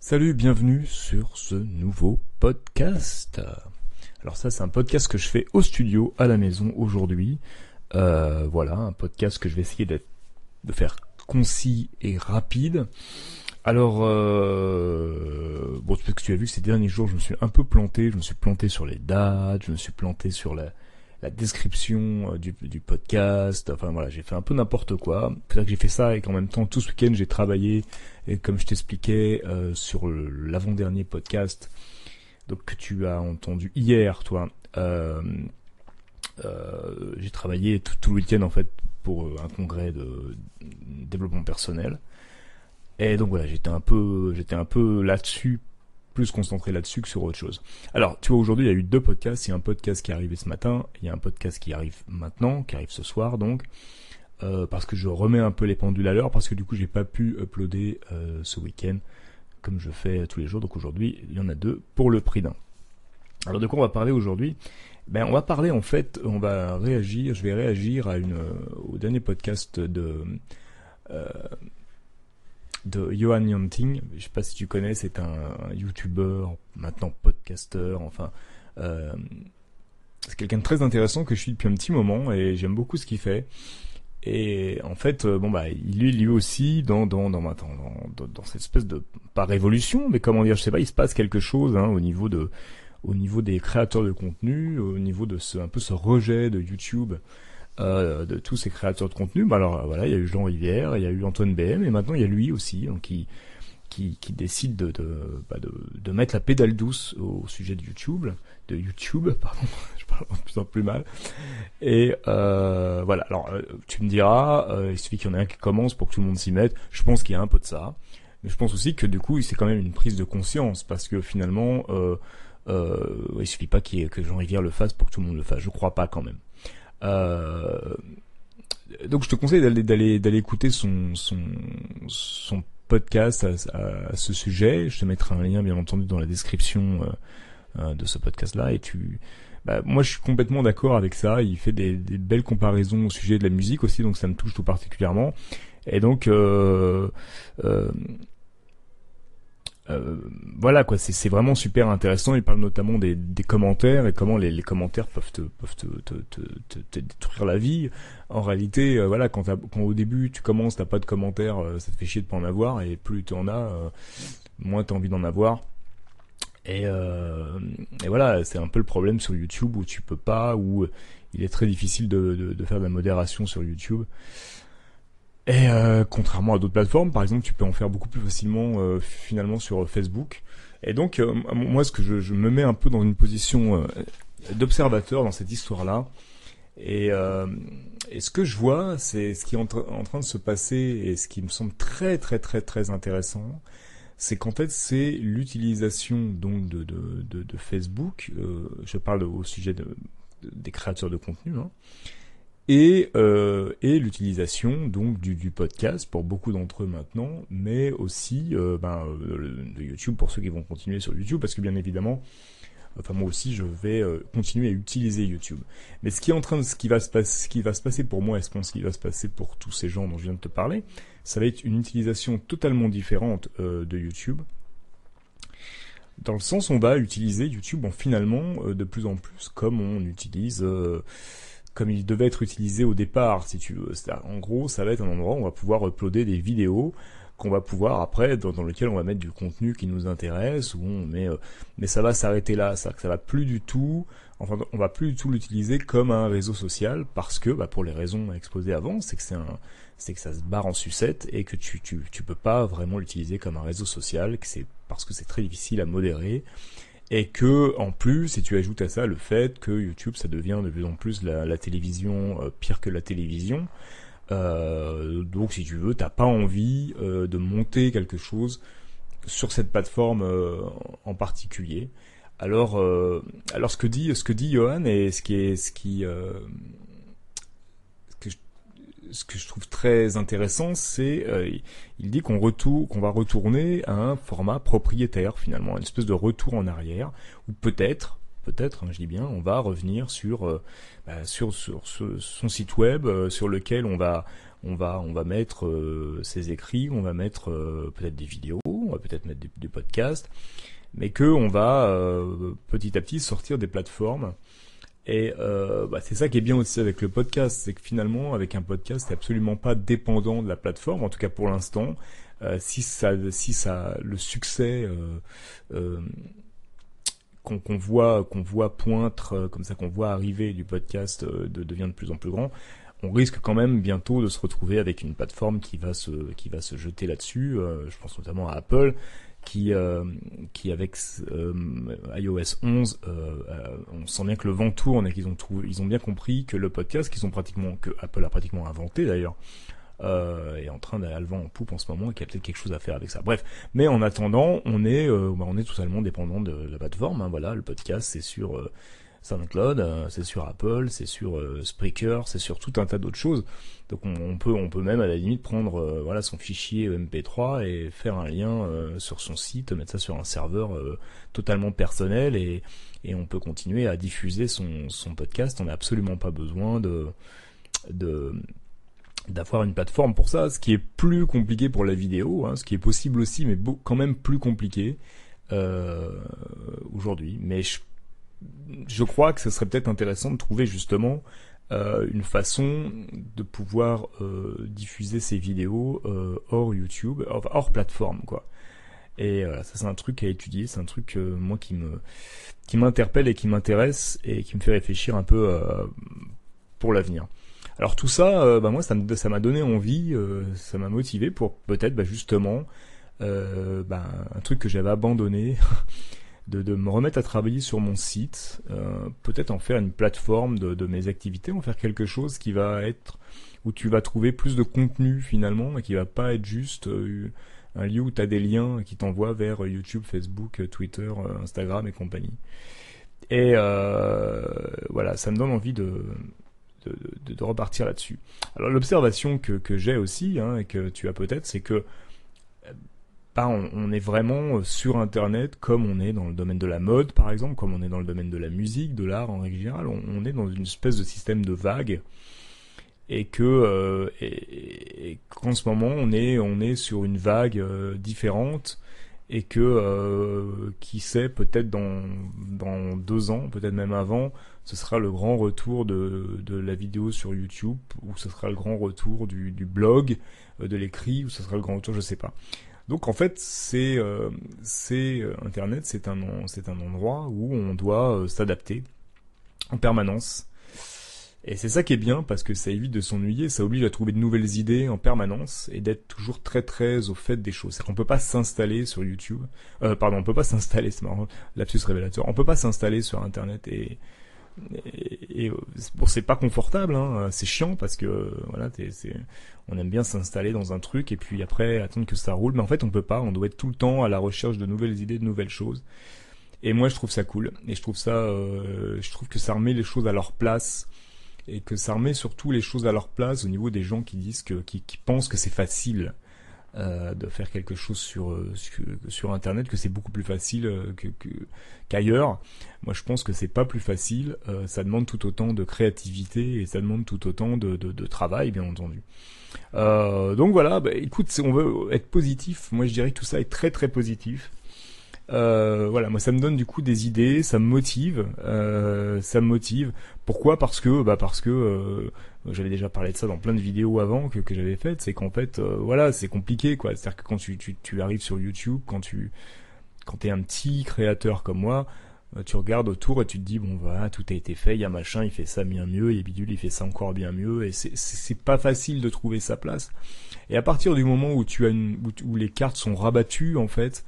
Salut, bienvenue sur ce nouveau podcast. Alors ça, c'est un podcast que je fais au studio, à la maison, aujourd'hui. Voilà, un podcast que je vais essayer de faire concis et rapide. Alors, bon, peut-être que tu as vu que ces derniers jours, je me suis un peu planté. Je me suis planté sur les dates, je me suis planté sur la description du podcast. Enfin voilà, j'ai fait un peu n'importe quoi. C'est ça que j'ai fait ça et qu'en même temps, tout ce week-end, j'ai travaillé. Et comme je t'expliquais sur l'avant-dernier podcast, donc que tu as entendu hier, toi, j'ai travaillé tout le week-end en fait pour un congrès de développement personnel. Et donc voilà, j'étais un peu là-dessus, plus concentré là-dessus que sur autre chose. Alors, tu vois, aujourd'hui, il y a eu deux podcasts. Il y a un podcast qui est arrivé ce matin, il y a un podcast qui arrive maintenant, qui arrive ce soir, donc. Parce que je remets un peu les pendules à l'heure, parce que du coup j'ai pas pu uploader ce week-end comme je fais tous les jours. Donc aujourd'hui il y en a deux pour le prix d'un. Alors de quoi on va parler aujourd'hui? Ben on va parler en fait, je vais réagir au dernier podcast euh, de Johan Yonting. Je sais pas si tu connais, c'est un YouTuber, maintenant podcasteur, enfin c'est quelqu'un de très intéressant que je suis depuis un petit moment et j'aime beaucoup ce qu'il fait. Et en fait, bon bah, il est lui aussi dans cette espèce de pas révolution, mais comment dire, je sais pas, il se passe quelque chose au niveau des créateurs de contenu, au niveau de un peu ce rejet de YouTube, de tous ces créateurs de contenu. Bah alors voilà, il y a eu Jean Rivière, il y a eu Antoine BM, et maintenant il y a lui aussi, donc qui décide de mettre la pédale douce au sujet de YouTube, pardon, je parle de plus en plus mal. Et voilà, alors tu me diras, il suffit qu'il y en ait un qui commence pour que tout le monde s'y mette. Je pense qu'il y a un peu de ça, mais je pense aussi que du coup c'est quand même une prise de conscience, parce que finalement il suffit pas que Jean Rivière le fasse pour que tout le monde le fasse. Je crois pas quand même. Euh, donc je te conseille d'aller écouter son podcast à ce sujet. Je te mettrai un lien bien entendu dans la description de ce podcast-là, et moi je suis complètement d'accord avec ça. Il fait des belles comparaisons au sujet de la musique aussi, donc ça me touche tout particulièrement. Et donc euh, voilà quoi, c'est vraiment super intéressant. Il parle notamment des commentaires et comment les commentaires peuvent te détruire la vie. En réalité, voilà, quand au début tu commences, t'as pas de commentaires, ça te fait chier de pas en avoir, et plus tu en as, moins t'as envie d'en avoir. Et, euh, et voilà, c'est un peu le problème sur YouTube où tu peux pas, où il est très difficile de faire de la modération sur YouTube. Et contrairement à d'autres plateformes, par exemple, tu peux en faire beaucoup plus facilement finalement sur Facebook. Et donc, moi, ce que je me mets un peu dans une position d'observateur dans cette histoire-là. Et, euh, et ce que je vois, c'est ce qui est en train de se passer, et ce qui me semble très très très très intéressant, c'est qu'en fait c'est l'utilisation donc de Facebook. Je parle au sujet des créateurs de contenu, hein, et l'utilisation donc du podcast pour beaucoup d'entre eux maintenant, mais aussi de YouTube pour ceux qui vont continuer sur YouTube, parce que bien évidemment, enfin moi aussi je vais continuer à utiliser YouTube. Mais ce qui va se passer pour moi, et je pense qu'il va se passer pour tous ces gens dont je viens de te parler, ça va être une utilisation totalement différente de YouTube. Dans le sens où on va utiliser YouTube finalement de plus en plus comme on utilise, comme il devait être utilisé au départ, si tu veux. En gros, ça va être un endroit où on va pouvoir uploader des vidéos qu'on va pouvoir après, dans lequel on va mettre du contenu qui nous intéresse, mais ça va s'arrêter là. Ça va plus du tout, enfin, on va plus du tout l'utiliser comme un réseau social, parce que, pour les raisons exposées avant, c'est que ça se barre en sucette, et que tu peux pas vraiment l'utiliser comme un réseau social, que c'est parce que c'est très difficile à modérer. Et que, en plus, si tu ajoutes à ça le fait que YouTube, ça devient de plus en plus la télévision, pire que la télévision, donc si tu veux, t'as pas envie de monter quelque chose sur cette plateforme en particulier. Alors ce que dit Johan, et ce que je trouve très intéressant, c'est il dit qu'on va retourner à un format propriétaire, finalement, une espèce de retour en arrière, ou peut-être, hein, je dis bien, on va revenir sur son site web, sur lequel on va mettre ses écrits, on va mettre peut-être des vidéos, on va peut-être mettre des podcasts, mais que on va petit à petit sortir des plateformes. Et c'est ça qui est bien aussi avec le podcast, c'est que finalement, avec un podcast, t'es absolument pas dépendant de la plateforme, en tout cas pour l'instant. Si ça, le succès euh, qu'on voit pointre comme ça, qu'on voit arriver du podcast devient de plus en plus grand, on risque quand même bientôt de se retrouver avec une plateforme qui va se jeter là-dessus. Je pense notamment à Apple qui avec iOS 11, on sent bien que le vent tourne et ils ont bien compris que le podcast que Apple a pratiquement inventé d'ailleurs, est en train d'aller le vent en poupe en ce moment et qu'il y a peut-être quelque chose à faire avec ça. Bref, mais en attendant, on est totalement dépendant de la plateforme. Hein, voilà, le podcast c'est sur SoundCloud, c'est sur Apple, c'est sur Spreaker, c'est sur tout un tas d'autres choses. Donc on peut même à la limite prendre son fichier MP3 et faire un lien sur son site, mettre ça sur un serveur totalement personnel et on peut continuer à diffuser son podcast. On n'a absolument pas besoin d'avoir une plateforme pour ça, ce qui est plus compliqué pour la vidéo, hein, ce qui est possible aussi, mais quand même plus compliqué aujourd'hui. Mais je crois que ce serait peut-être intéressant de trouver justement une façon de pouvoir diffuser ces vidéos hors YouTube, hors plateforme, quoi. Et ça c'est un truc à étudier, c'est un truc moi qui m'interpelle et qui m'intéresse et qui me fait réfléchir un peu pour l'avenir. Alors tout ça, moi ça m'a donné envie, ça m'a motivé pour peut-être justement un truc que j'avais abandonné, de me remettre à travailler sur mon site, peut-être en faire une plateforme de mes activités, en faire quelque chose qui va être où tu vas trouver plus de contenu finalement et qui va pas être juste un lieu où tu as des liens qui t'envoient vers YouTube, Facebook, Twitter, Instagram et compagnie. Et voilà, ça me donne envie de repartir là-dessus. Alors l'observation que j'ai aussi, hein, et que tu as peut-être, c'est que on est vraiment sur Internet comme on est dans le domaine de la mode, par exemple, comme on est dans le domaine de la musique, de l'art en règle générale. On est dans une espèce de système de vagues et qu'en ce moment on est sur une vague différente et que qui sait, peut-être dans 2 ans, peut-être même avant, ce sera le grand retour de la vidéo sur YouTube, ou ce sera le grand retour du blog, de l'écrit, ou ce sera le grand retour, je sais pas. Donc en fait, c'est Internet, c'est un endroit où on doit s'adapter en permanence. Et c'est ça qui est bien, parce que ça évite de s'ennuyer, ça oblige à trouver de nouvelles idées en permanence et d'être toujours très très au fait des choses. C'est-à-dire qu'on peut pas s'installer sur YouTube, on peut pas s'installer, c'est marrant, lapsus révélateur, on peut pas s'installer sur Internet bon, c'est pas confortable, hein, c'est chiant parce que voilà, on aime bien s'installer dans un truc et puis après attendre que ça roule, mais en fait on peut pas, on doit être tout le temps à la recherche de nouvelles idées, de nouvelles choses. Et moi je trouve ça cool et je trouve que ça remet les choses à leur place et que ça remet surtout les choses à leur place au niveau des gens qui disent qui pensent que c'est facile de faire quelque chose sur Internet, que c'est beaucoup plus facile qu'ailleurs. Moi, je pense que c'est pas plus facile. Ça demande tout autant de créativité et ça demande tout autant de travail, bien entendu. Donc voilà. Écoute, si on veut être positif, moi je dirais que tout ça est très très positif. Voilà, moi ça me donne du coup des idées, ça me motive. Pourquoi? Parce que j'avais déjà parlé de ça dans plein de vidéos avant que j'avais faites, c'est qu'en fait voilà, c'est compliqué quoi. C'est-à-dire que quand tu arrives sur YouTube, quand t'es un petit créateur comme moi, tu regardes autour et tu te dis bon voilà, tout a été fait, il y a machin, il fait ça bien mieux, il y a bidule, il fait ça encore bien mieux, et c'est pas facile de trouver sa place. Et à partir du moment où où les cartes sont rabattues en fait,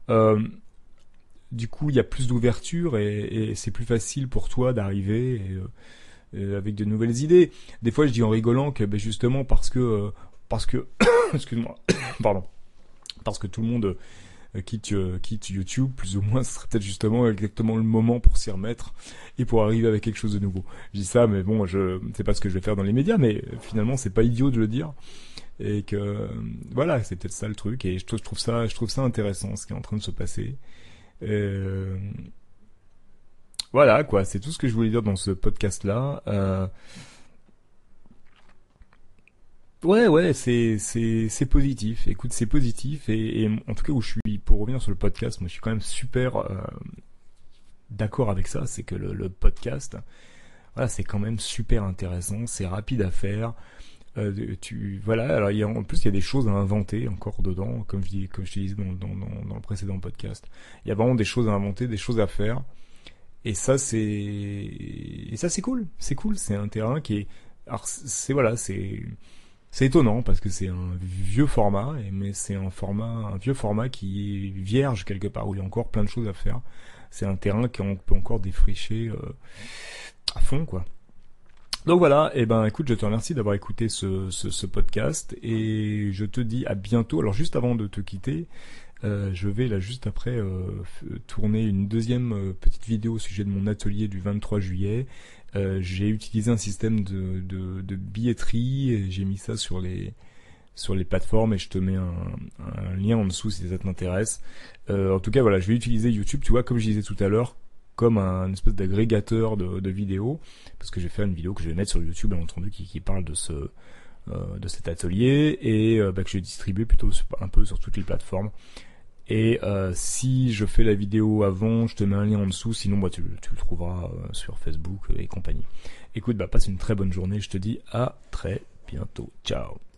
du coup, il y a plus d'ouverture et c'est plus facile pour toi d'arriver avec de nouvelles idées. Des fois, je dis en rigolant que justement parce que excuse-moi, pardon, parce que tout le monde quitte YouTube, plus ou moins, ce serait peut-être justement exactement le moment pour s'y remettre et pour arriver avec quelque chose de nouveau. Je dis ça, mais bon, je sais pas ce que je vais faire dans les médias, mais finalement, c'est pas idiot de le dire. Et que voilà, c'est peut-être ça le truc. Et je trouve ça intéressant, ce qui est en train de se passer. Euh, voilà quoi, c'est tout ce que je voulais dire dans ce podcast-là. Ouais, c'est positif. Écoute, c'est positif et en tout cas où je suis revenir sur le podcast, moi je suis quand même super d'accord avec ça, c'est que le podcast, voilà, c'est quand même super intéressant, c'est rapide à faire. Voilà, alors en plus il y a des choses à inventer encore dedans, comme je te disais dans le précédent podcast. Il y a vraiment des choses à inventer, des choses à faire. Et ça c'est cool, c'est un terrain qui est, alors c'est étonnant parce que c'est un vieux format, mais c'est un vieux format qui est vierge quelque part où il y a encore plein de choses à faire. C'est un terrain qu'on peut encore défricher à fond, quoi. Donc voilà, et ben écoute, je te remercie d'avoir écouté ce podcast et je te dis à bientôt. Alors juste avant de te quitter, je vais là juste après tourner une deuxième petite vidéo au sujet de mon atelier du 23 juillet. J'ai utilisé un système de billetterie, et j'ai mis ça sur les plateformes et je te mets un lien en dessous si ça t'intéresse. En tout cas voilà, je vais utiliser YouTube, tu vois, comme je disais tout à l'heure, comme un espèce d'agrégateur de vidéos, parce que je vais faire une vidéo que je vais mettre sur YouTube, bien entendu, qui parle de cet atelier et que je vais distribuer plutôt un peu sur toutes les plateformes. Et si je fais la vidéo avant, je te mets un lien en dessous, sinon tu le trouveras sur Facebook et compagnie. Écoute, passe une très bonne journée, je te dis à très bientôt. Ciao.